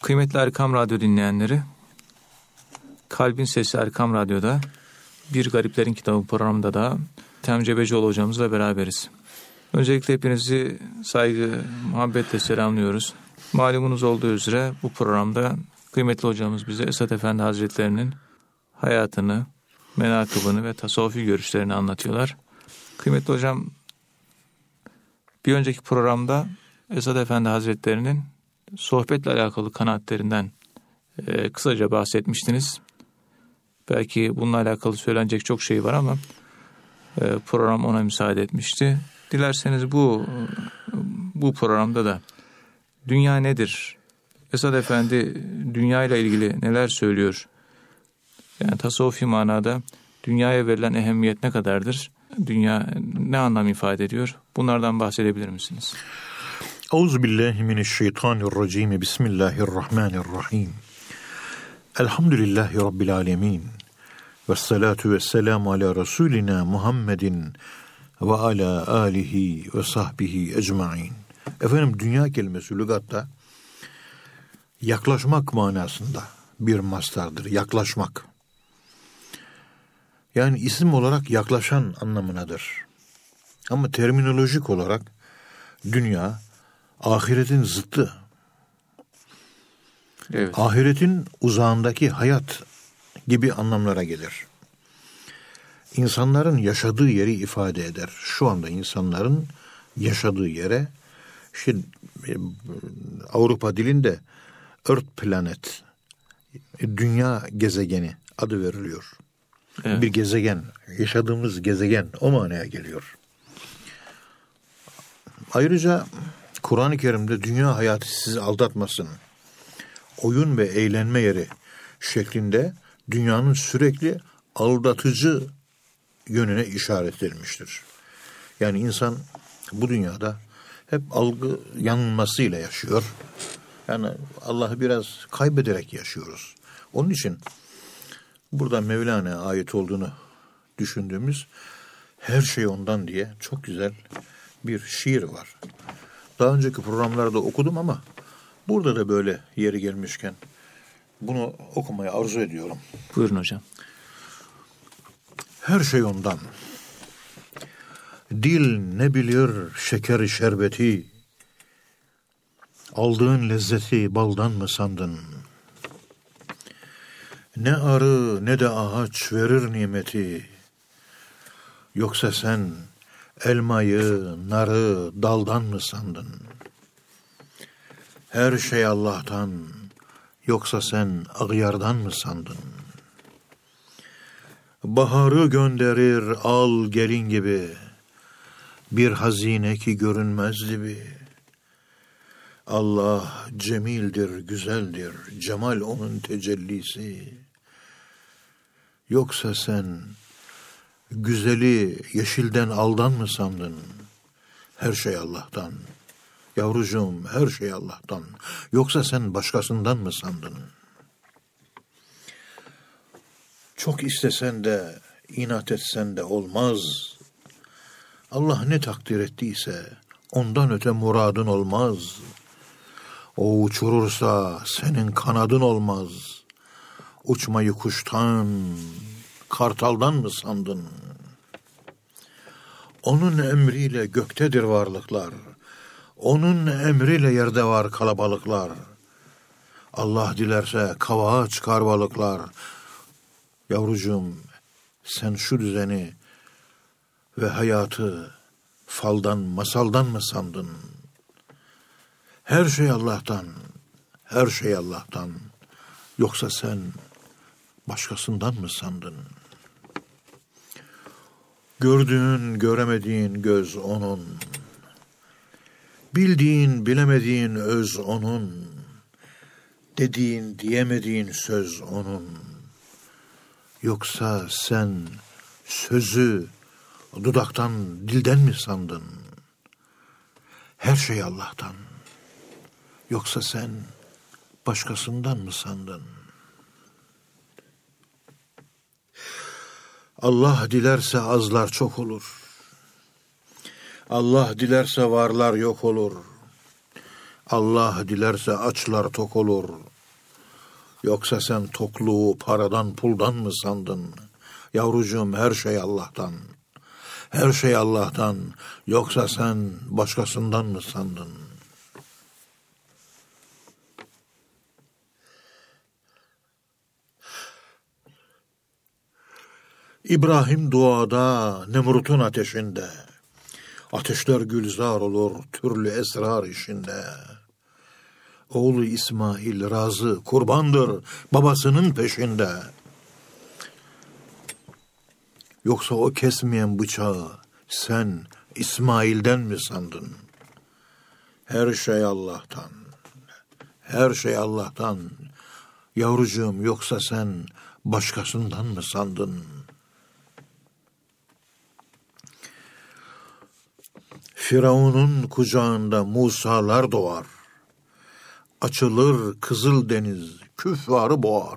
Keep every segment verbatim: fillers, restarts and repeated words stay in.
Kıymetli Erkam Radyo dinleyenleri, Kalbin Sesi Erkam Radyo'da Bir Gariplerin Kitabı programında da Ethem Cebecioğlu hocamızla beraberiz. Öncelikle hepinizi saygı, muhabbetle selamlıyoruz. Malumunuz olduğu üzere bu programda kıymetli hocamız bize Esad Efendi Hazretlerinin hayatını, menakıbını ve tasavvufi görüşlerini anlatıyorlar. Kıymetli hocam, bir önceki programda Esad Efendi Hazretlerinin sohbetle alakalı kanaatlerinden e, kısaca bahsetmiştiniz. Belki bununla alakalı söylenecek çok şey var ama e, program ona müsaade etmişti. Dilerseniz bu bu programda da dünya nedir? Esad Efendi dünya ile ilgili neler söylüyor? Yani tasavvufi manada dünyaya verilen ehemmiyet ne kadardır? Dünya ne anlam ifade ediyor? Bunlardan bahsedebilir misiniz? Euzubillahimineşşeytanirracim. Bismillahirrahmanirrahim. Elhamdülillahi Rabbil alemin. Vessalatu vesselamu ala Resulina Muhammedin ve ala alihi ve sahbihi ecmain. Efendim, dünya kelimesi lügatta yaklaşmak manasında bir mastardır. Yaklaşmak. Yani isim olarak yaklaşan anlamınadır. Ama terminolojik olarak dünya ahiretin zıttı. Evet. Ahiretin uzağındaki hayat gibi anlamlara gelir. İnsanların yaşadığı yeri ifade eder. Şu anda insanların yaşadığı yere işte Avrupa dilinde Earth Planet, dünya gezegeni adı veriliyor. Evet. Bir gezegen, yaşadığımız gezegen o manaya geliyor. Ayrıca Kur'an-ı Kerim'de dünya hayatı sizi aldatmasın, oyun ve eğlenme yeri şeklinde dünyanın sürekli aldatıcı yönüne işaret edilmiştir. Yani insan bu dünyada hep algı yanılmasıyla yaşıyor. Yani Allah'ı biraz kaybederek yaşıyoruz. Onun için burada Mevlana'ya ait olduğunu düşündüğümüz Her Şey Ondan diye çok güzel bir şiir var. Daha önceki programlarda okudum ama burada da böyle yeri gelmişken bunu okumayı arzu ediyorum. Buyurun hocam. Her şey ondan. Dil ne bilir şekeri şerbeti, aldığın lezzeti baldan mı sandın? Ne arı ne de ağaç verir nimeti, yoksa sen elmayı, narı daldan mı sandın? Her şey Allah'tan, yoksa sen ağyardan mı sandın? Baharı gönderir al gelin gibi, bir hazine ki görünmez gibi. Allah cemildir, güzeldir, cemal onun tecellisi. Yoksa sen güzeli yeşilden aldan mı sandın? Her şey Allah'tan. Yavrucuğum, her şey Allah'tan. Yoksa sen başkasından mı sandın? Çok istesen de, inat etsen de olmaz. Allah ne takdir ettiyse ondan öte muradın olmaz. O uçurursa senin kanadın olmaz. Uçmayı kuştan, kartaldan mı sandın? Onun emriyle göktedir varlıklar. Onun emriyle yerde var kalabalıklar. Allah dilerse kavağa çıkar balıklar. Yavrucuğum, sen şu düzeni ve hayatı faldan, masaldan mı sandın? Her şey Allah'tan, her şey Allah'tan. Yoksa sen başkasından mı sandın? Gördüğün, göremediğin göz onun. Bildiğin, bilemediğin öz onun. Dediğin, diyemediğin söz onun. Yoksa sen sözü dudaktan, dilden mi sandın? Her şey Allah'tan. Yoksa sen başkasından mı sandın? Allah dilerse azlar çok olur. Allah dilerse varlar yok olur. Allah dilerse açlar tok olur. Yoksa sen tokluğu paradan puldan mı sandın? Yavrucuğum her şey Allah'tan. Her şey Allah'tan. Yoksa sen başkasından mı sandın? İbrahim duada, Nemrut'un ateşinde. Ateşler gülzar olur, türlü esrar işinde. Oğlu İsmail razı, kurbandır, babasının peşinde. Yoksa o kesmeyen bıçağı sen İsmail'den mi sandın? Her şey Allah'tan. Her şey Allah'tan. Yavrucuğum yoksa sen başkasından mı sandın? Firavun'un kucağında Musa'lar doğar. Açılır Kızıldeniz, küffarı boğar.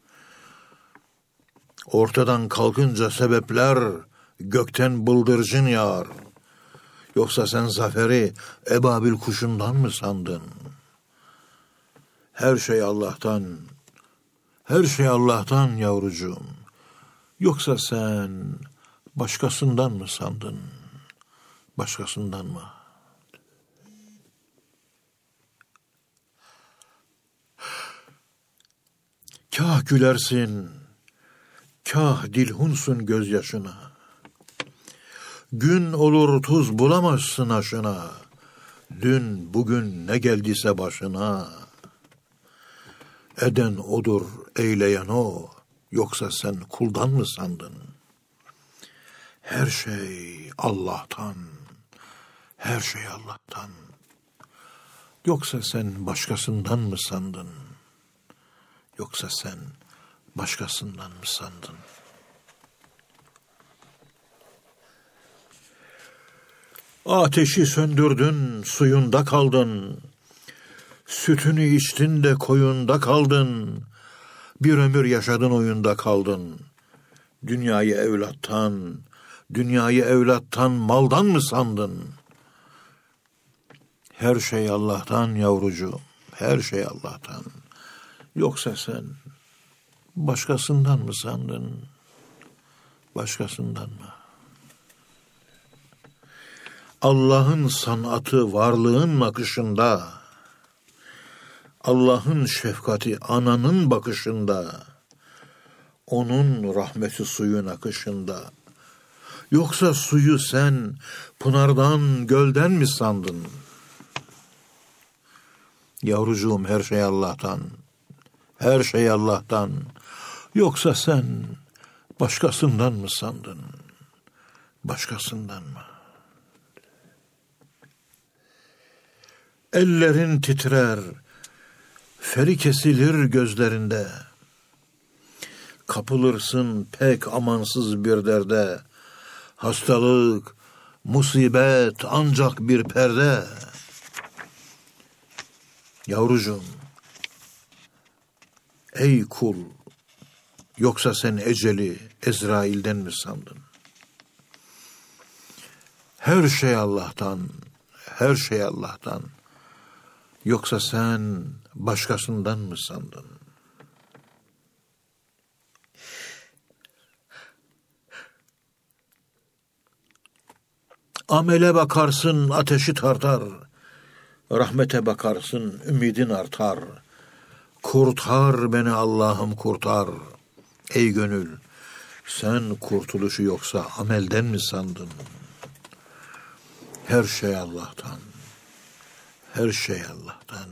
Ortadan kalkınca sebepler, gökten bıldırcın yağar. Yoksa sen zaferi ebabil kuşundan mı sandın? Her şey Allah'tan, her şey Allah'tan yavrucuğum. Yoksa sen başkasından mı sandın? Başkasından mı? Kah gülersin, kah dilhunsun gözyaşına. Gün olur tuz bulamazsın aşına. Dün bugün ne geldiyse başına. Eden odur, eyleyen o. Yoksa sen kuldan mı sandın? Her şey Allah'tan. Her şey Allah'tan. Yoksa sen başkasından mı sandın? Yoksa sen başkasından mı sandın? Ateşi söndürdün, suyunda kaldın. Sütünü içtin de koyunda kaldın. Bir ömür yaşadın, oyunda kaldın. Dünyayı evlattan, dünyayı evlattan, maldan mı sandın? Her şey Allah'tan yavrucuğum, her şey Allah'tan. Yoksa sen başkasından mı sandın? Başkasından mı? Allah'ın sanatı varlığın akışında. Allah'ın şefkati ananın bakışında. Onun rahmeti suyun akışında. Yoksa suyu sen pınardan, gölden mi sandın? Yavrucuğum her şey Allah'tan. Her şey Allah'tan. Yoksa sen başkasından mı sandın? Başkasından mı? Ellerin titrer, feri kesilir gözlerinde. Kapılırsın pek amansız bir derde. Hastalık, musibet ancak bir perde. Yavrucuğum, ey kul, yoksa sen eceli Ezrail'den mi sandın? Her şey Allah'tan, her şey Allah'tan. Yoksa sen başkasından mı sandın? Amele bakarsın ateşi tartar. Rahmete bakarsın ümidin artar. Kurtar beni Allah'ım kurtar. Ey gönül, sen kurtuluşu yoksa amelden mi sandın? Her şey Allah'tan. Her şey Allah'tan.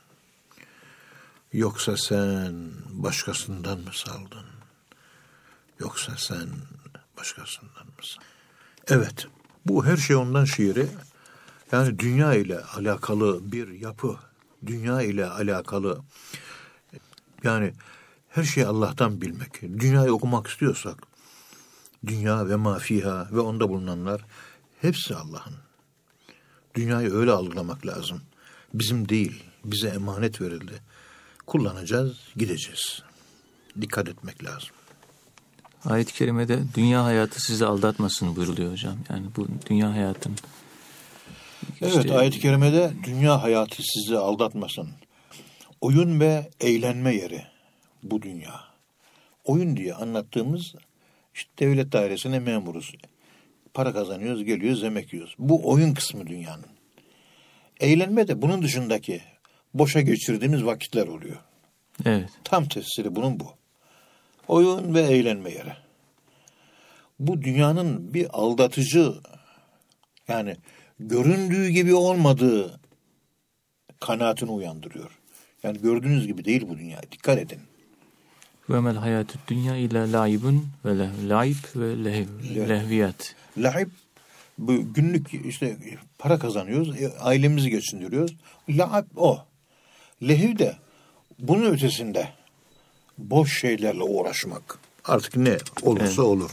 Yoksa sen başkasından mı saldın? Yoksa sen başkasından mı saldın? Evet, bu her şey ondan şiiri. Yani dünya ile alakalı bir yapı, dünya ile alakalı, yani her şeyi Allah'tan bilmek. Dünyayı okumak istiyorsak, dünya ve mafiha ve onda bulunanlar hepsi Allah'ın. Dünyayı öyle algılamak lazım. Bizim değil, bize emanet verildi. Kullanacağız, gideceğiz. Dikkat etmek lazım. Ayet-i kerimede dünya hayatı sizi aldatmasın buyuruluyor hocam. Yani bu dünya hayatının. Evet, işte, ayet-i kerimede dünya hayatı sizi aldatmasın. Oyun ve eğlenme yeri. bu dünya. Oyun diye anlattığımız işte devlet dairesine memuruz. Para kazanıyoruz, geliyoruz, yemek yiyoruz. Bu oyun kısmı dünyanın. Eğlenme de bunun dışındaki boşa geçirdiğimiz vakitler oluyor. Evet. Tam tefsiri bunun bu. Oyun ve eğlenme yeri. Bu dünyanın bir aldatıcı, yani göründüğü gibi olmadığı kanaatini uyandırıyor. Yani gördüğünüz gibi değil bu dünya. Dikkat edin. Ve mel hayatü dünya illa laibun ve lev, laib ve lev, lehviyat. Laib, bu günlük işte para kazanıyoruz, ailemizi geçindiriyoruz. Laib o. Lehiv de bunun ötesinde boş şeylerle uğraşmak. Artık ne olursa evet. olur.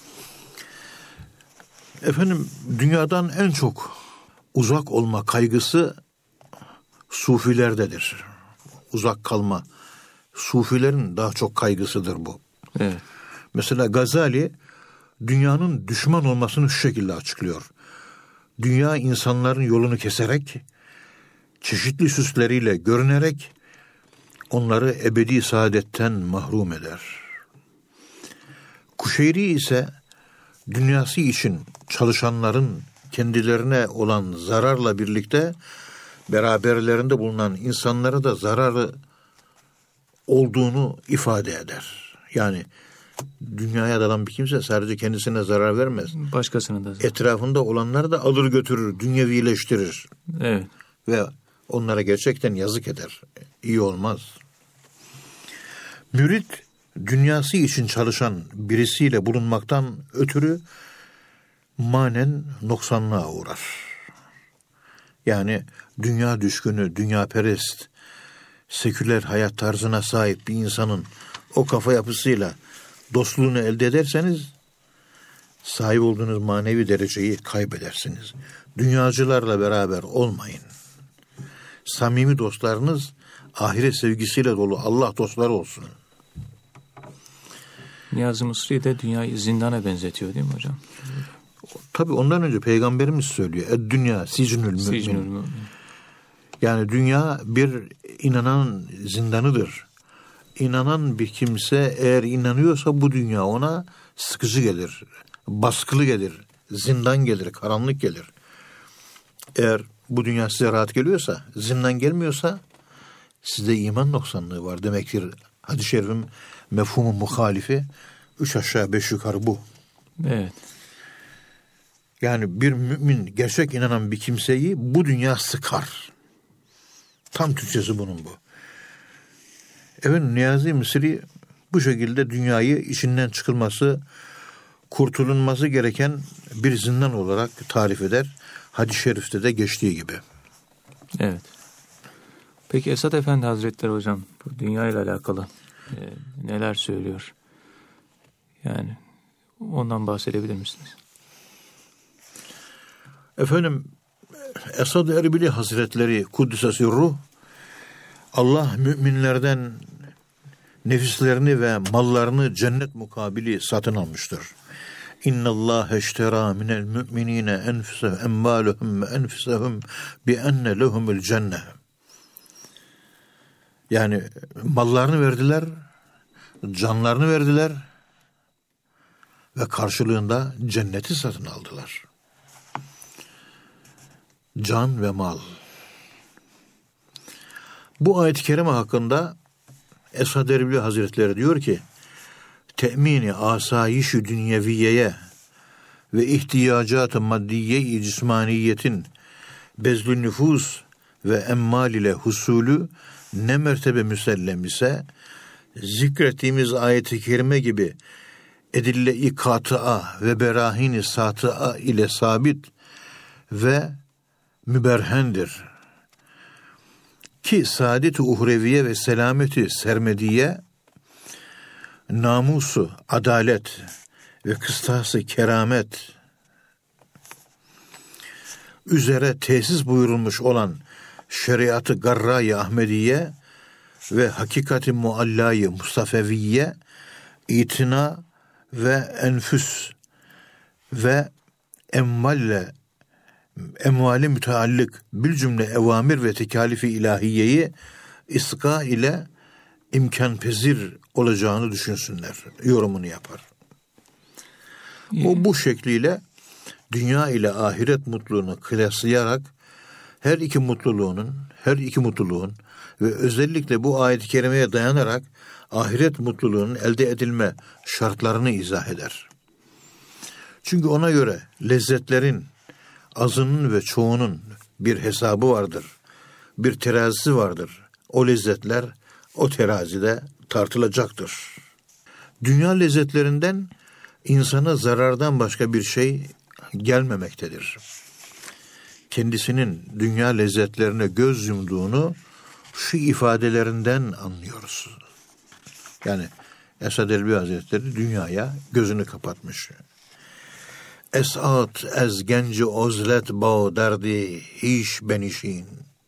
Efendim, dünyadan en çok uzak olma kaygısı Sufilerdedir. Uzak kalma. Sufilerin daha çok kaygısıdır bu. Evet. Mesela Gazali dünyanın düşman olmasını şu şekilde açıklıyor. Dünya insanların yolunu keserek, çeşitli süsleriyle görünerek onları ebedi saadetten mahrum eder. Kuşeyri ise dünyası için çalışanların kendilerine olan zararla birlikte beraberlerinde bulunan insanlara da zararı olduğunu ifade eder. Yani dünyaya dalan bir kimse sadece kendisine zarar vermez. Başkasına da zarar. Etrafında olanları da alır götürür, dünyevileştirir. Evet. Ve onlara gerçekten yazık eder. İyi olmaz. Mürit, dünyası için çalışan birisiyle bulunmaktan ötürü manen noksanlığa uğrar. Yani dünya düşkünü, dünya perest, seküler hayat tarzına sahip bir insanın o kafa yapısıyla dostluğunu elde ederseniz sahip olduğunuz manevi dereceyi kaybedersiniz. Dünyacılarla beraber olmayın. Samimi dostlarınız ahiret sevgisiyle dolu Allah dostları olsun. Niyazi Mısri de dünyayı zindana benzetiyor değil mi hocam? Tabii ondan önce Peygamberimiz söylüyor. Ed dünya sicnül mümin. Yani dünya bir inanan zindanıdır. İnanan bir kimse eğer inanıyorsa bu dünya ona sıkıcı gelir, baskılı gelir, zindan gelir, karanlık gelir. Eğer bu dünya size rahat geliyorsa, zindan gelmiyorsa sizde iman noksanlığı var demektir. Hadis-i şerifin mefhumu muhalifi üç aşağı beş yukarı bu. Evet. Yani bir mümin, gerçek inanan bir kimseyi bu dünya sıkar. Tam Türkçesi bunun bu. Evet, Niyazi Mısri bu şekilde dünyayı içinden çıkılması, kurtulunması gereken bir zindan olarak tarif eder. Hadis-i şerifte de geçtiği gibi. Evet. Peki Esad Efendi Hazretleri hocam bu dünya ile alakalı e, neler söylüyor? Yani ondan bahsedebilir misiniz? Efendim, Esad Erbili Hazretleri Kuddisesi Ruh, Allah müminlerden nefislerini ve mallarını cennet mukabili satın almıştır. İnna Allah eştera minel müminine enfusehum emvaluhum ve enfusehum bi enne lehumul cennet. Yani mallarını verdiler, canlarını verdiler ve karşılığında cenneti satın aldılar. Can ve mal. Bu ayet-i kerime hakkında Esad Erbil Hazretleri diyor ki, temini asayiş-i dünyeviyeye ve ihtiyacat-ı maddiye-i cismaniyetin bezlü nüfus ve emmal ile husulü ne mertebe müsellem ise, zikrettiğimiz ayet-i kerime gibi edille-i katıa ve berahin-i satıa ile sabit ve müberhendir. Ki saadet-i uhreviye ve selameti sermediye, namusu, adalet ve kıstası keramet üzere tesis buyurulmuş olan şeriatı garra-i Ahmediye ve hakikati muallayı Mustafeviye, itina ve enfüs ve emmalle emvali müteallık bir cümle evamir ve tekalifi ilahiyeyi iska ile imkanpezir olacağını düşünsünler. Yorumunu yapar. O bu şekliyle dünya ile ahiret mutluluğunu kıyaslayarak her iki mutluluğunun, her iki mutluluğun ve özellikle bu ayet-i kerimeye dayanarak ahiret mutluluğunun elde edilme şartlarını izah eder. Çünkü ona göre lezzetlerin azının ve çoğunun bir hesabı vardır. Bir terazisi vardır. O lezzetler o terazide tartılacaktır. Dünya lezzetlerinden insana zarardan başka bir şey gelmemektedir. Kendisinin dünya lezzetlerine göz yumduğunu şu ifadelerinden anlıyoruz. Yani Esad Elbi Hazretleri dünyaya gözünü kapatmış. Esat ez genci ozlet ba derdi hiç benişin.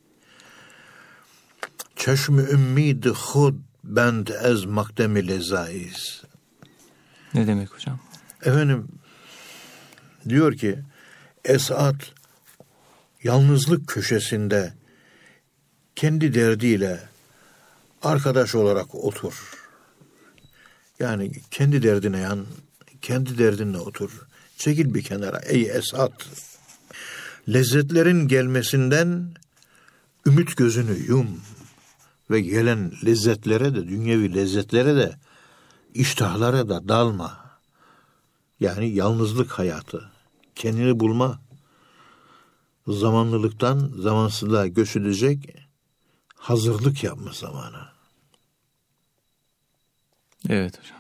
Çeşm-i ümmid khud bend ez makdemi lezaiz. Ne demek hocam? Efendim diyor ki Esat yalnızlık köşesinde kendi derdiyle arkadaş olarak otur. Yani kendi derdine yan, kendi derdinle otur. Çekil bir kenara ey Esat. Lezzetlerin gelmesinden ümit gözünü yum ve gelen lezzetlere de, dünyevi lezzetlere de, iştahlara da dalma. Yani yalnızlık hayatı, kendini bulma, zamanlılıktan zamansızlığa göç edecek hazırlık yapma zamanı. Evet hocam.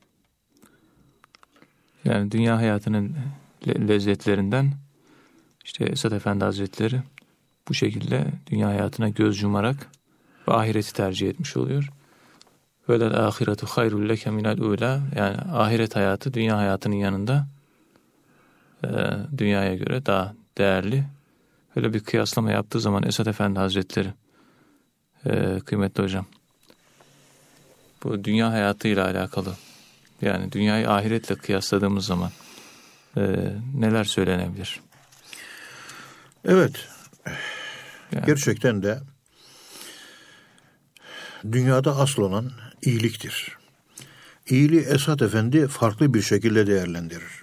Yani dünya hayatının le- lezzetlerinden işte Esad Efendi Hazretleri bu şekilde dünya hayatına göz yumarak ve ahireti tercih etmiş oluyor. Velel ahiretu hayrul leke minel ula, yani ahiret hayatı dünya hayatının yanında e, dünyaya göre daha değerli. Öyle bir kıyaslama yaptığı zaman Esad Efendi Hazretleri e, kıymetli hocam, bu dünya hayatıyla alakalı, yani dünyayı ahiretle kıyasladığımız zaman e, neler söylenebilir? Evet. Yani. Gerçekten de dünyada asıl olan iyiliktir. İyiliği Esad Efendi farklı bir şekilde değerlendirir.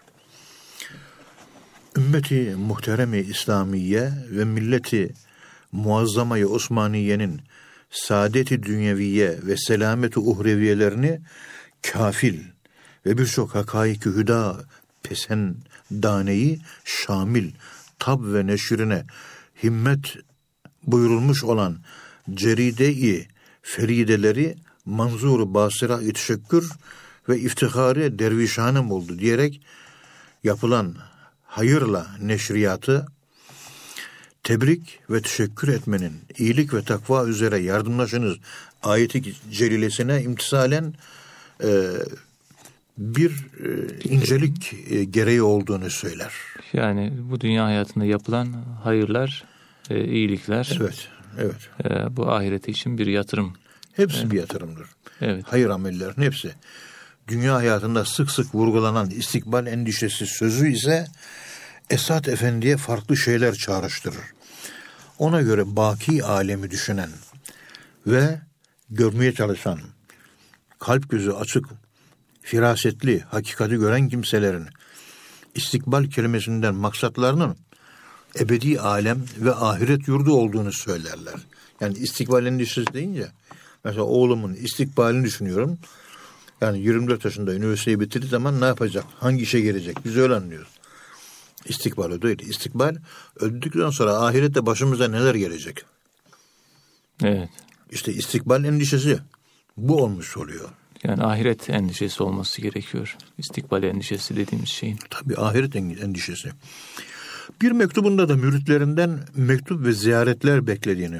Ümmeti muhterem-i İslamiye ve milleti muazzama-i Osmaniye'nin saadet-i dünyeviye ve selamet-i uhreviyelerini kafil ve birçok hakaik-i hüda pesendaneyi şamil tab ve neşrine himmet buyurulmuş olan ceride-i ferideleri manzur-u basira-i teşekkür ve iftihari dervişhanem oldu diyerek yapılan hayırla neşriyatı tebrik ve teşekkür etmenin, iyilik ve takva üzere yardımlaşınız ayeti celilesine imtisalen e, bir e, incelik e, gereği olduğunu söyler. Yani bu dünya hayatında yapılan hayırlar, e, iyilikler, evet, evet. E, bu ahireti için bir yatırım. Hepsi evet. bir yatırımdır. Evet. Hayır amellerin hepsi. Dünya hayatında sık sık vurgulanan istikbal endişesi sözü ise Esad Efendi'ye farklı şeyler çağrıştırır. Ona göre baki alemi düşünen ve görmeye çalışan, kalp gözü açık, firasetli, hakikati gören kimselerin istikbal kelimesinden maksatlarının ebedi alem ve ahiret yurdu olduğunu söylerler. Yani istikbal endişesi deyince, mesela oğlumun istikbalini düşünüyorum. Yani yirmi dört yaşında üniversiteyi bitirdiği zaman ne yapacak? Hangi işe girecek? Biz öyle anlıyoruz. İstikbal o değil. İstikbal öldükten sonra ahirette başımıza neler gelecek? Evet. İşte istikbal endişesi bu olmuş oluyor. Yani ahiret endişesi olması gerekiyor. İstikbal endişesi dediğimiz şeyin. Tabii ahiret endişesi. Bir mektubunda da müritlerinden mektup ve ziyaretler beklediğini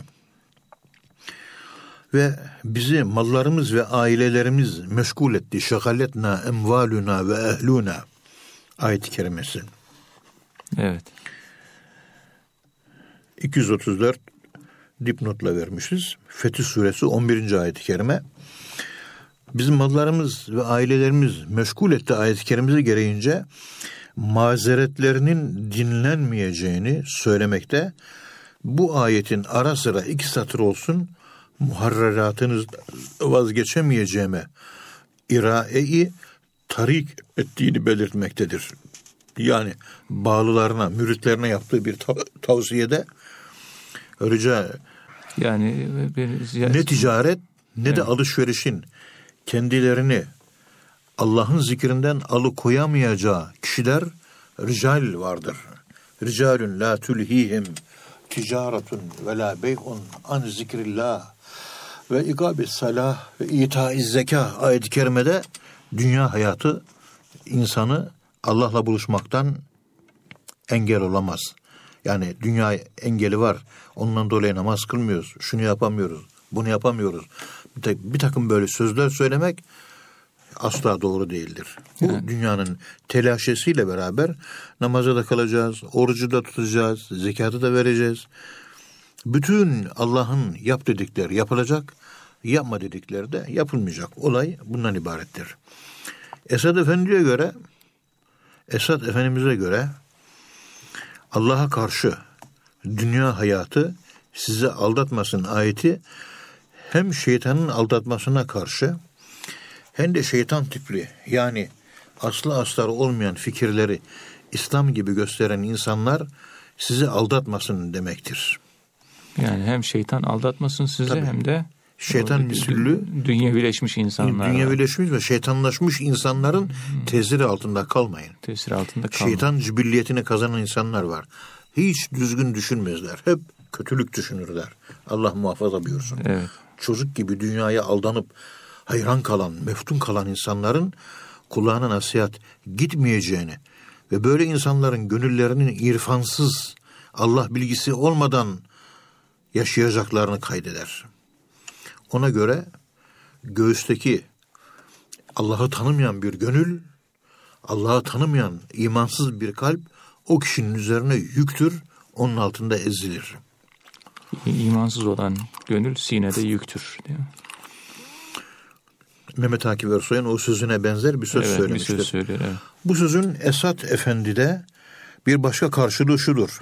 ve bizi mallarımız ve ailelerimiz meşgul etti. Şagaletna emvaluna ve ehluna ayet-i kerimesi. Evet. iki yüz otuz dört dipnotla vermişiz. Fetih Suresi on birinci ayet-i kerime. Bizim mallarımız ve ailelerimiz meşgul etti ayet-i kerimesi gereğince mazeretlerinin dinlenmeyeceğini söylemekte. Bu ayetin ara sıra iki satır olsun muharreratınız vazgeçemeyeceğime irae-i tarik ettiğini belirtmektedir. Yani bağlılarına, müritlerine yaptığı bir tav- tavsiyede rica yani bir, ne ticaret ne evet. de alışverişin kendilerini Allah'ın zikrinden alıkoyamayacağı kişiler rical vardır. Ricalun la tulhihim ticaretun ve la bey'un an zikrillah ve ikabet salah ve itaiz zekâh ayet-i kerimede dünya hayatı insanı Allah'la buluşmaktan engel olamaz. Yani dünya engeli var. Ondan dolayı namaz kılmıyoruz. Şunu yapamıyoruz. Bunu yapamıyoruz. Bir takım böyle sözler söylemek asla doğru değildir. Bu yani. Dünyanın telaşesiyle beraber namaza da kalacağız, orucu da tutacağız, zekatı da vereceğiz. Bütün Allah'ın yap dedikleri yapılacak, yapma dedikleri de yapılmayacak. Olay bundan ibarettir. Esad Efendi'ye göre, Esad Efendimiz'e göre Allah'a karşı dünya hayatı sizi aldatmasın ayeti hem şeytanın aldatmasına karşı hem de şeytan tipli yani aslı astarı olmayan fikirleri İslam gibi gösteren insanlar sizi aldatmasın demektir. Yani hem şeytan aldatmasın sizi Tabii. hem de şeytan misüllü dünyevileşmiş insanlar. Dünyevileşmiş ve şeytanlaşmış insanların hmm. tesiri altında kalmayın. Tesir altında kalmayın. Şeytan cibilliyetini kazanan insanlar var. Hiç düzgün düşünmezler. Hep kötülük düşünürler. Allah muhafaza buyursun. Evet. Çocuk gibi dünyaya aldanıp hayran kalan, meftun kalan insanların kulağına nasihat gitmeyeceğini ve böyle insanların gönüllerinin irfansız, Allah bilgisi olmadan yaşayacaklarını kaydeder. Ona göre göğüsteki Allah'ı tanımayan bir gönül, Allah'ı tanımayan imansız bir kalp o kişinin üzerine yüktür, onun altında ezilir. İmansız olan gönül sinede yüktür diyor. Mehmet Akif Ersoy'un o sözüne benzer bir söz evet, söylemiştir. Bir söz söylüyor, evet. Bu sözün Esad Efendi'de bir başka karşılığı şudur.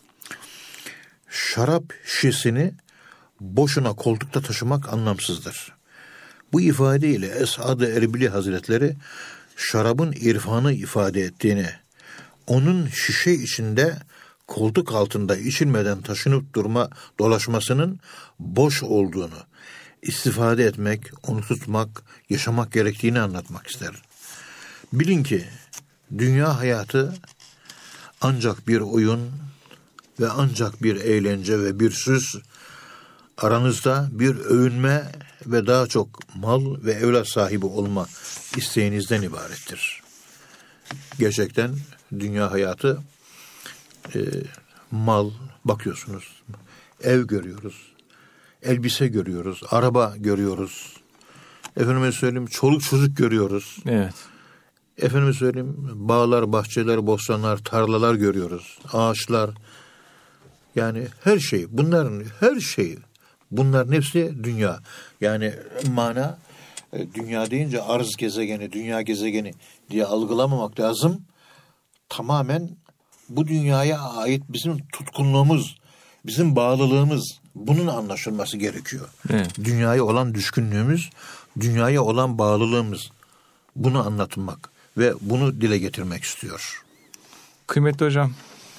Şarap şişesini boşuna koltukta taşımak anlamsızdır. Bu ifadeyle Esad-ı Erbili Hazretleri şarabın irfanı ifade ettiğini, onun şişe içinde koltuk altında içilmeden taşınıp durma dolaşmasının boş olduğunu, istifade etmek, onu tutmak, yaşamak gerektiğini anlatmak ister. Bilin ki dünya hayatı ancak bir oyun ve ancak bir eğlence ve bir süs, aranızda bir övünme ve daha çok mal ve evlat sahibi olma isteğinizden ibarettir. Gerçekten dünya hayatı e, mal, bakıyorsunuz, ev görüyoruz, elbise görüyoruz, araba görüyoruz. Efendime söyleyeyim çoluk çocuk görüyoruz. Evet. Efendime söyleyeyim bağlar, bahçeler, bostanlar, tarlalar görüyoruz. Ağaçlar. Yani her şey, bunların her şeyi, bunların hepsi dünya. Yani mana dünya deyince arz gezegeni, dünya gezegeni diye algılamamak lazım. Tamamen bu dünyaya ait bizim tutkunluğumuz, bizim bağlılığımız, bunun anlaşılması gerekiyor. Evet. Dünyaya olan düşkünlüğümüz, dünyaya olan bağlılığımız. Bunu anlatmak ve bunu dile getirmek istiyor. Kıymetli hocam,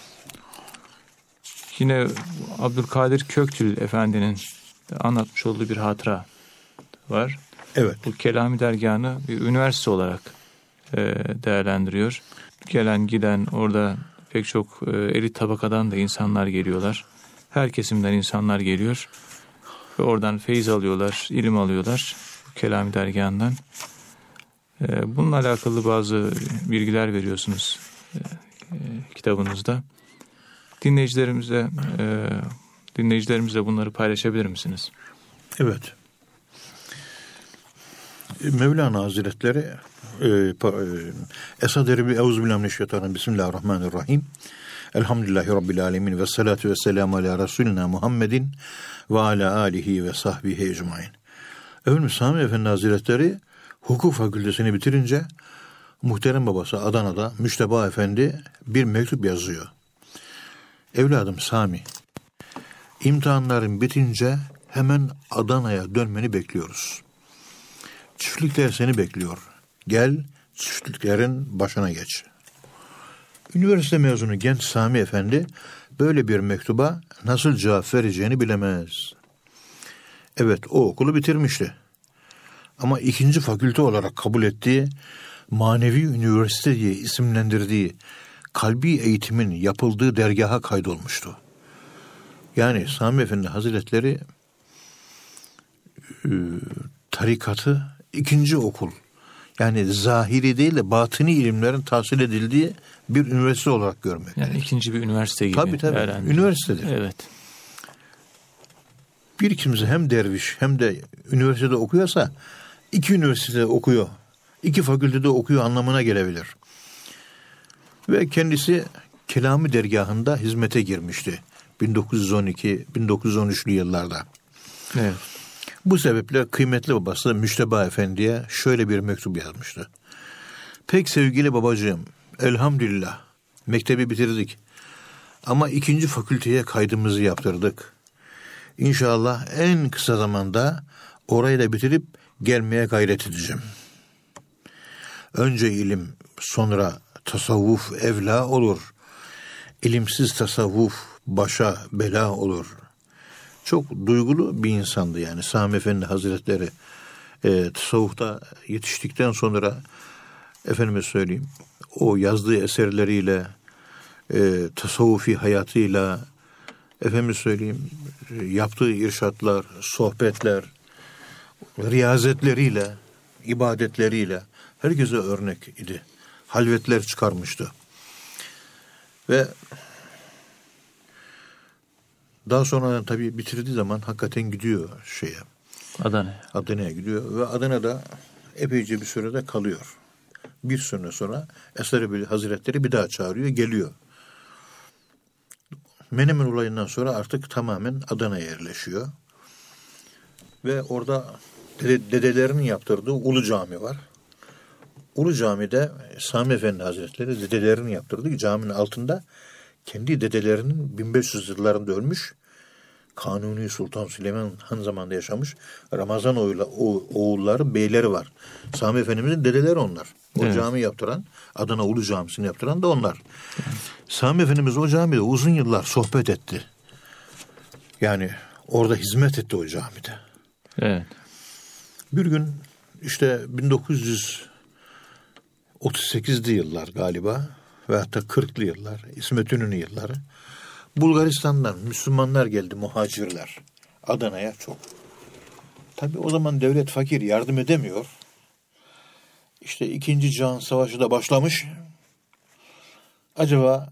yine Abdülkadir Köktül Efendi'nin anlatmış olduğu bir hatıra var. Evet. Bu Kelami Dergahı'nı bir üniversite olarak e, değerlendiriyor. Gelen giden orada pek çok e, elit tabakadan da insanlar geliyorlar. Her kesimden insanlar geliyor. Ve oradan feyiz alıyorlar, ilim alıyorlar. Kelami Dergahı'ndan. E, bununla alakalı bazı bilgiler veriyorsunuz e, e, kitabınızda. Dinleyicilerimize, e, dinleyicilerimizle bunları paylaşabilir misiniz? Evet. Mevlana Hazretleri e, Esad Erbil Euzubillahimineşşeytanirracim Bismillahirrahmanirrahim. Elhamdülillahi Rabbil alemin ve salatu ve selamu ala Resulina Muhammedin ve ala alihi ve sahbihi ecmain. Efendim Sami Efendi Hazretleri hukuk fakültesini bitirince muhterem babası Adana'da Müşteba Efendi bir mektup yazıyor. Evladım Sami, imtihanların bitince hemen Adana'ya dönmeni bekliyoruz. Çiftlikler seni bekliyor. Gel, çiftliklerin başına geç. Üniversite mezunu genç Sami Efendi böyle bir mektuba nasıl cevap vereceğini bilemez. Evet, o okulu bitirmişti. Ama ikinci fakülte olarak kabul ettiği, manevi üniversite diye isimlendirdiği kalbi eğitimin yapıldığı dergaha kaydolmuştu. Yani Sami Efendi Hazretleri e, tarikatı ikinci okul, yani zahiri değil de batini ilimlerin tahsil edildiği bir üniversite olarak görmek. Yani ikinci bir üniversite gibi. Tabii tabii, herhalde. Üniversitedir. Evet. Bir kimse hem derviş hem de üniversitede okuyorsa iki üniversitede okuyor, iki fakültede okuyor anlamına gelebilir. Ve kendisi Kelami dergahında hizmete girmişti bin dokuz yüz on iki bin dokuz yüz on üçlü yıllarda. Evet. Bu sebeple kıymetli babası Müşteba Efendi'ye şöyle bir mektup yazmıştı. Pek sevgili babacığım, elhamdülillah mektebi bitirdik ama ikinci fakülteye kaydımızı yaptırdık. İnşallah en kısa zamanda orayı da bitirip gelmeye gayret edeceğim. Önce ilim, sonra tasavvuf evla olur. İlimsiz tasavvuf başa bela olur. Çok duygulu bir insandı yani Sami Efendi Hazretleri. E, tasavvufta yetiştikten sonra efendime söyleyeyim o yazdığı eserleriyle, e, tasavvufi hayatıyla, efendime söyleyeyim yaptığı irşatlar, sohbetler, riyazetleriyle, ibadetleriyle herkese örnek idi. Halvetler çıkarmıştı. Ve daha sonra tabii bitirdiği zaman hakikaten gidiyor şeye. Adana'ya. Adana'ya gidiyor ve Adana'da epeyce bir sürede kalıyor. Bir süre sonra Eser-i Hazretleri bir daha çağırıyor, geliyor. Menemen olayından sonra artık tamamen Adana'ya yerleşiyor. Ve orada dede, dedelerinin yaptırdığı Ulu Cami var. Ulu Cami'de Sami Efendi Hazretleri dedelerinin yaptırdığı caminin altında kendi dedelerinin bin beş yüz yıllarında ölmüş Kanuni Sultan Süleyman Han zamanında yaşamış Ramazan oğulları, oğulları, beyleri var. Sami Efendimizin dedeleri onlar. O evet. Cami yaptıran, Adana Ulu Camisi'ni yaptıran da onlar. Evet. Sami Efendimiz o camide uzun yıllar sohbet etti. Yani orada hizmet etti o camide. Evet. Bir gün işte bin dokuz yüz otuz sekizli yıllar galiba ve hatta kırklı yıllar, İsmet İnönü yılları. Bulgaristan'dan Müslümanlar geldi, muhacirler. Adana'ya çok. Tabii o zaman devlet fakir, yardım edemiyor. İşte İkinci Cihan Savaşı da başlamış. Acaba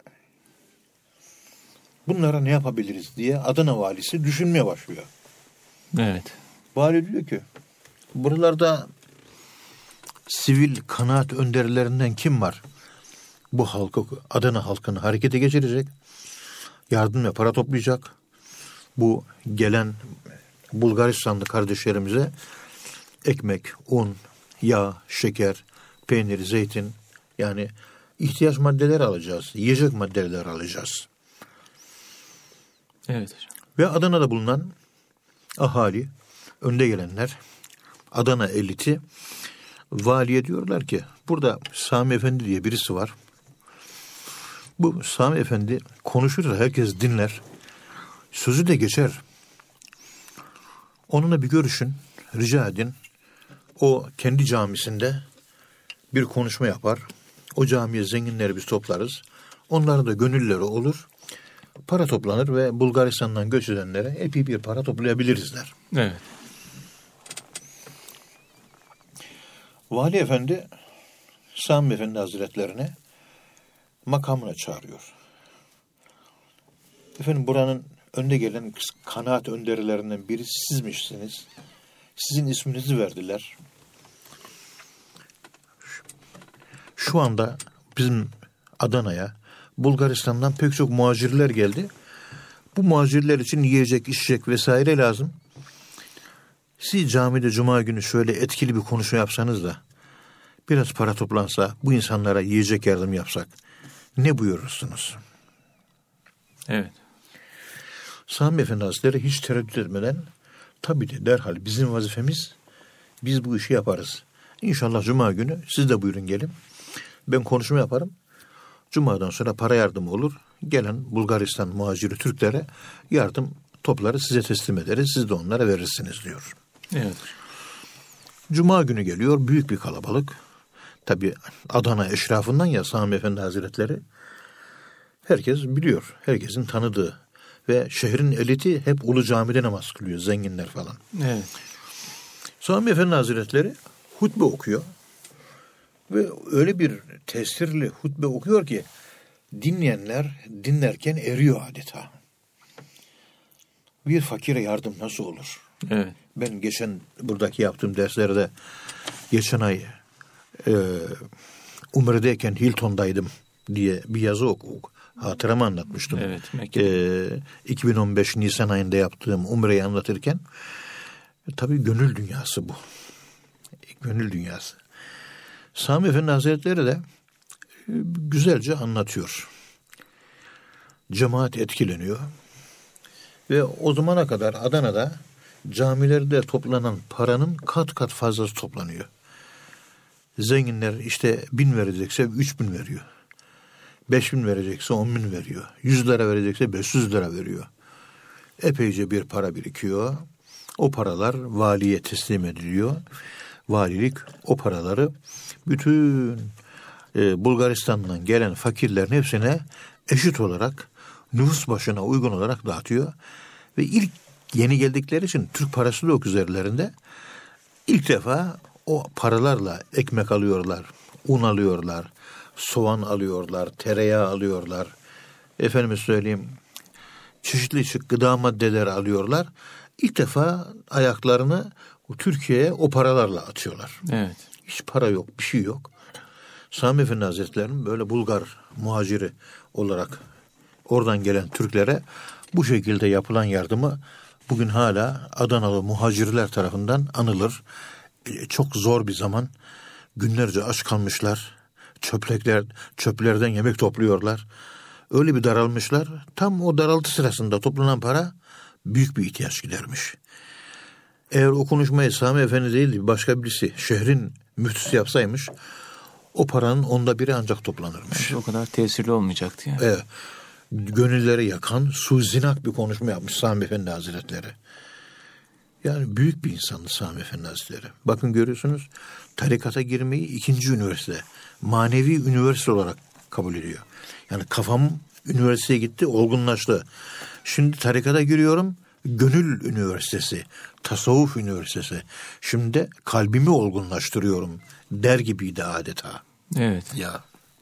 bunlara ne yapabiliriz diye Adana valisi düşünmeye başlıyor. Evet. Vali diyor ki buralarda sivil kanaat önderlerinden kim var? Bu halkı, Adana halkını harekete geçirecek. Yardım ve para toplayacak. Bu gelen Bulgaristanlı kardeşlerimize ekmek, un, yağ, şeker, peynir, zeytin, yani ihtiyaç maddeleri alacağız. Yiyecek maddeler alacağız. Evet hocam. Ve Adana'da bulunan ahali, önde gelenler, Adana eliti valiye diyorlar ki burada Sami Efendi diye birisi var. Bu Sami Efendi konuşursa herkes dinler. Sözü de geçer. Onunla bir görüşün, rica edin. O kendi camisinde bir konuşma yapar. O camiye zenginleri biz toplarız. Onların da gönülleri olur. Para toplanır ve Bulgaristan'dan göç edenlere epey bir para toplayabilirizler. Evet. Vali Efendi Sami Efendi Hazretlerine makamına çağırıyor. Efendim buranın önde gelen kanaat önderilerinden biri sizmişsiniz. Sizin isminizi verdiler. Şu anda bizim Adana'ya Bulgaristan'dan pek çok muhacirler geldi. Bu muhacirler için yiyecek, içecek vesaire lazım. Siz camide cuma günü şöyle etkili bir konuşma yapsanız da biraz para toplansa, bu insanlara yiyecek yardım yapsak ne buyurursunuz? Evet. Sami Efendi Hazretleri hiç tereddüt etmeden Tabii de derhal bizim vazifemiz, biz bu işi yaparız. İnşallah Cuma günü siz de buyurun gelin. Ben konuşma yaparım. Cuma'dan sonra para yardımı olur. Gelen Bulgaristan muhaciri Türklere yardım topları size teslim ederiz. Siz de onlara verirsiniz diyor. Evet. Cuma günü geliyor. Büyük bir kalabalık. Tabii Adana eşrafından ya Sami Efendi Hazretleri. Herkes biliyor. Herkesin tanıdığı. Ve şehrin eliti hep Ulu Cami'de namaz kılıyor. Zenginler falan. Evet. Sami Efendi Hazretleri hutbe okuyor. Ve öyle bir tesirli hutbe okuyor ki dinleyenler dinlerken eriyor adeta. Bir fakire yardım nasıl olur? Evet. Ben geçen buradaki yaptığım derslerde geçen ay e, Umre'deyken Hilton'daydım diye bir yazı oku, hatıramı anlatmıştım. Evet. E, iki bin on beş Nisan ayında yaptığım Umre'yi anlatırken e, tabii gönül dünyası bu. E, gönül dünyası. Sami Efendi Hazretleri de e, güzelce anlatıyor. Cemaat etkileniyor. Ve o zamana kadar Adana'da camilerde toplanan paranın kat kat fazlası toplanıyor. Zenginler işte bin verecekse üç bin veriyor. Beş bin verecekse on bin veriyor. Yüz lira verecekse beş yüz lira veriyor. Epeyce bir para birikiyor. O paralar valiye teslim ediliyor. Valilik o paraları bütün e, Bulgaristan'dan gelen fakirlerin hepsine eşit olarak nüfus başına uygun olarak dağıtıyor. Ve ilk yeni geldikleri için Türk parası da yok üzerlerinde. İlk defa o paralarla ekmek alıyorlar, un alıyorlar, soğan alıyorlar, tereyağı alıyorlar. Efendime söyleyeyim, çeşitli gıda maddeleri alıyorlar. İlk defa ayaklarını Türkiye'ye o paralarla atıyorlar. Evet. Hiç para yok, bir şey yok. Sami Efendi Hazretleri'nin böyle Bulgar muhaciri olarak oradan gelen Türklere bu şekilde yapılan yardımı bugün hala Adanalı muhacirler tarafından anılır. Çok zor bir zaman. Günlerce aç kalmışlar. Çöplekler, çöplerden yemek topluyorlar. Öyle bir daralmışlar. Tam o daraltı sırasında toplanan para büyük bir ihtiyaç gidermiş. Eğer o konuşmayı Sami Efendi değil başka birisi şehrin müftüsü yapsaymış, o paranın onda biri ancak toplanırmış. O kadar tesirli olmayacaktı yani. Evet. Gönülleri yakan suzinak bir konuşma yapmış Sami Efendi Hazretleri. Yani büyük bir insandı Sami Efendi Hazretleri. Bakın görüyorsunuz, tarikata girmeyi ikinci üniversite, manevi üniversite olarak kabul ediyor. Yani kafam üniversiteye gitti, olgunlaştı. Şimdi tarikata giriyorum, gönül üniversitesi, tasavvuf üniversitesi. Şimdi de kalbimi olgunlaştırıyorum der gibiydi adeta. Evet. Ya.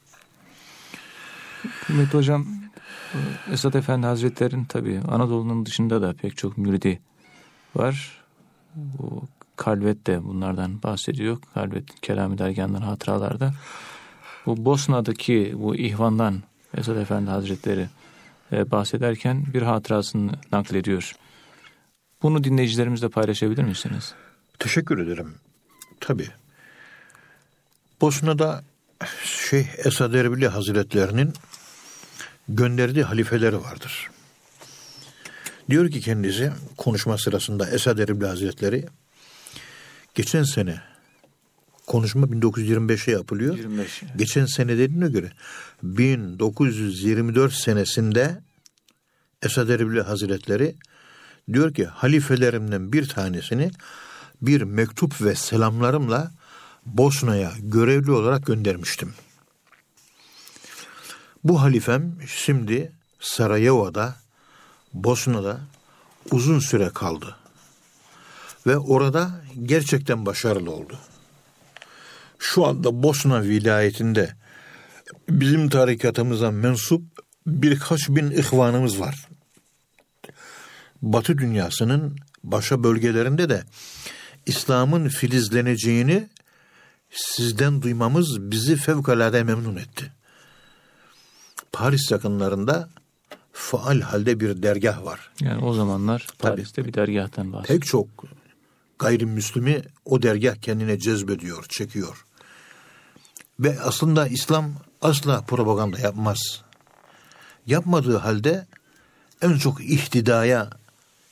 Kıymetli hocam, Esad Efendi Hazretleri'nin tabii Anadolu'nun dışında da pek çok müridi var. Bu Kalvet de bunlardan bahsediyor. Kalvet Kelami Dergâhı'ndan hatıralarda. Bu Bosna'daki bu ihvandan Esad Efendi Hazretleri bahsederken bir hatırasını naklediyor. Bunu dinleyicilerimizle paylaşabilir misiniz? Teşekkür ederim. Tabii. Bosna'da Şeyh Esad Erbili Hazretlerinin gönderdiği halifeleri vardır. Diyor ki kendisi konuşma sırasında Esad Erbili Hazretleri, geçen sene konuşma bin dokuz yüz yirmi beşe yapılıyor. yirmi beş. Geçen sene dediğine göre bin dokuz yüz yirmi dört senesinde Esad Erbili Hazretleri diyor ki halifelerimden bir tanesini bir mektup ve selamlarımla Bosna'ya görevli olarak göndermiştim. Bu halifem şimdi Sarajevo'da, Bosna'da uzun süre kaldı. Ve orada gerçekten başarılı oldu. Şu anda Bosna vilayetinde bizim tarikatımıza mensup birkaç bin ihvanımız var. Batı dünyasının başka bölgelerinde de İslam'ın filizleneceğini sizden duymamız bizi fevkalade memnun etti. Paris yakınlarında faal halde bir dergah var. Yani o zamanlar Paris'te Tabii. bir dergahtan bahsediyor. Pek çok gayrimüslimi o dergah kendine cezbediyor, çekiyor. Ve aslında İslam asla propaganda yapmaz. Yapmadığı halde en çok ihtidaya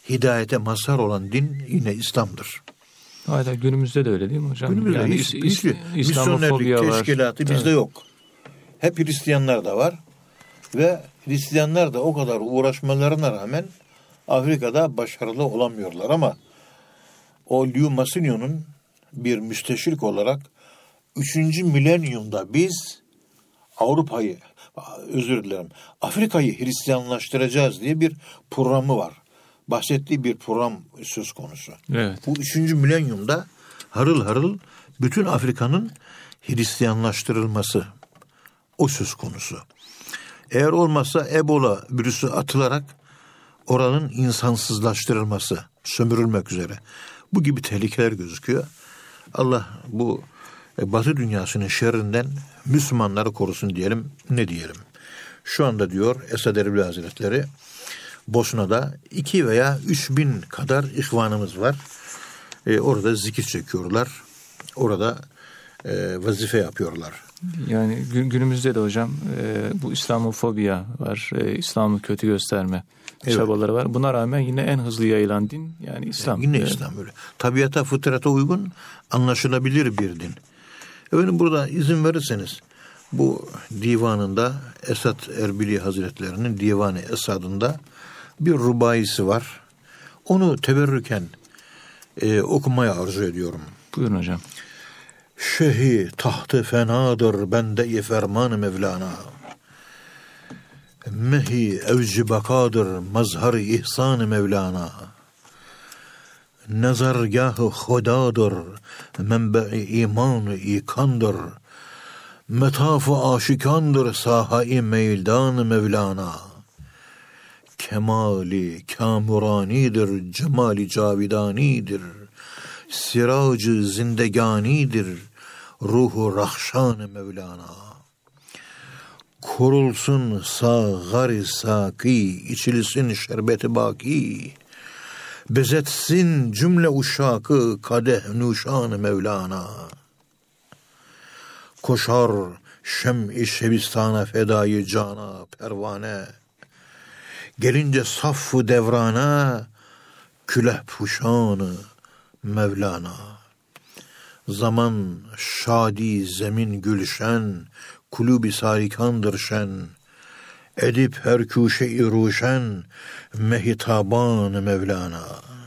hidayete mazhar olan din yine İslam'dır. Hala günümüzde de öyle değil mi hocam? Günümüzde yani hiç, hiç, İslamofobiya misyonerlik var. teşkilatı bizde evet. yok. Hep Hristiyanlar da var. Ve Hristiyanlar da o kadar uğraşmalarına rağmen Afrika'da başarılı olamıyorlar ama o Liu Masinyo'nun bir müsteşrik olarak üçüncü milenyumda biz Avrupa'yı, özür dilerim, Afrika'yı Hristiyanlaştıracağız diye bir programı var. Bahsettiği bir program söz konusu. Evet. Bu üçüncü milenyumda harıl harıl bütün Afrika'nın Hristiyanlaştırılması o söz konusu. Eğer olmazsa Ebola virüsü atılarak oranın insansızlaştırılması, sömürülmek üzere. Bu gibi tehlikeler gözüküyor. Allah bu Batı dünyasının şerrinden Müslümanları korusun diyelim, ne diyelim. Şu anda diyor Esad Erbil Hazretleri, Bosna'da iki veya üç bin kadar ihvanımız var. Ee, orada zikir çekiyorlar. Orada e, vazife yapıyorlar. Yani günümüzde de hocam e, bu İslamofobiya var. E, İslam'ı kötü gösterme evet. çabaları var. Buna rağmen yine en hızlı yayılan din yani İslam. Yine evet. İslam öyle. Tabiata, fıtrata uygun, anlaşılabilir bir din. Efendim burada izin verirseniz bu divanında Esad Erbili Hazretlerinin Divan-ı Esad'ında bir rubaisi var. Onu teberrüken e, okumaya arzu ediyorum. Buyurun hocam. Şehi tahtı fenadır bende-i ferman-ı Mevlana. Mehi evci bakadır mazhar-ı ihsan-ı Mevlana. Nazargâh-ı hudadır menbe-i iman-ı ikandır. Metaf-ı aşikandır saha-i meydan-ı Mevlana. Kemali kamuranidir, cemali cavidanidir. Siracı zindeganidir, ruhu rahşan-ı Mevlana. Kurulsun sağar-ı saki, içilsin şerbeti baki. Bezetsin cümle uşakı, kadeh nuşan-ı Mevlana. Koşar şem-i şebistana fedayı cana pervane. Gelince saff-ı devrana, külah puşan-ı Mevlana. Zaman şadi zemin gülşen, kulüb-i sarikandır şen. Edip her kuşe-i ruşen, mehitaban-ı Mevlana.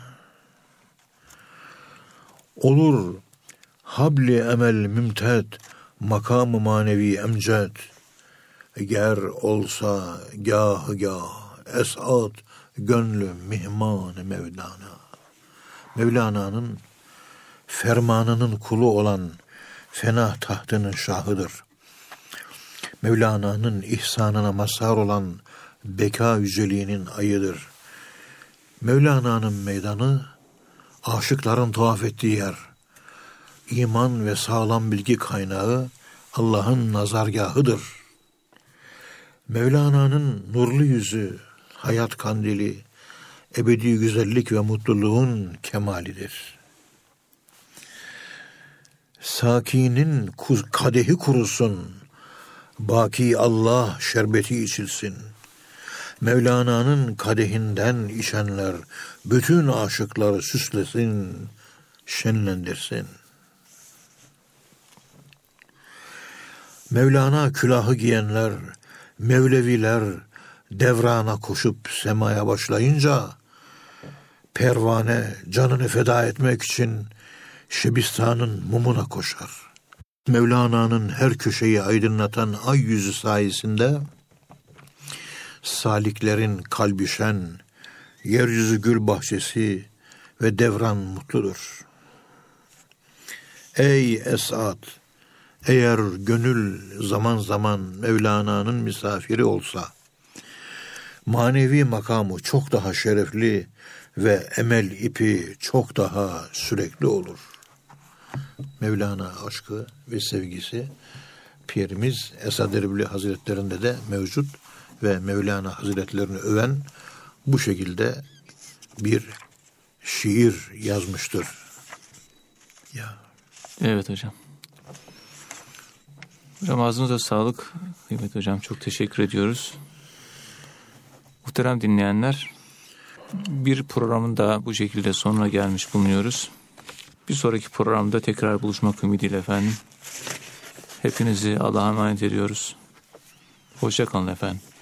Olur habli emel mümted, makam-ı manevi emced. Eğer olsa gâh gâh, esat gönlü mihman-ı Mevlana. Mevlana'nın fermanının kulu olan fena tahtının şahıdır. Mevlana'nın ihsanına mazhar olan beka yüceliğinin ayıdır. Mevlana'nın meydanı aşıkların tuhaf ettiği yer. İman ve sağlam bilgi kaynağı Allah'ın nazargahıdır. Mevlana'nın nurlu yüzü, hayat kandili, ebedi güzellik ve mutluluğun kemalidir. Sakinin kadehi kurusun, baki Allah şerbeti içilsin. Mevlana'nın kadehinden içenler bütün aşıkları süslesin, şenlendirsin. Mevlana külahı giyenler, Mevleviler devrana koşup semaya başlayınca pervane canını feda etmek için Şebistan'ın mumuna koşar. Mevlana'nın her köşeyi aydınlatan ay yüzü sayesinde saliklerin kalbi şen, yeryüzü gül bahçesi ve devran mutludur. Ey Esad! Eğer gönül zaman zaman Mevlana'nın misafiri olsa, manevi makamı çok daha şerefli ve emel ipi çok daha sürekli olur. Mevlana aşkı ve sevgisi Pirimiz Esad Erbil Hazretlerinde de mevcut ve Mevlana Hazretlerini öven bu şekilde bir şiir yazmıştır. Ya. Evet hocam. Hocam ağzınıza sağlık. Kıymetli hocam çok teşekkür ediyoruz. Muhterem dinleyenler, bir programın da bu şekilde sonuna gelmiş bulunuyoruz. Bir sonraki programda tekrar buluşmak ümidiyle efendim. Hepinizi Allah'a emanet ediyoruz. Hoşça kalın efendim.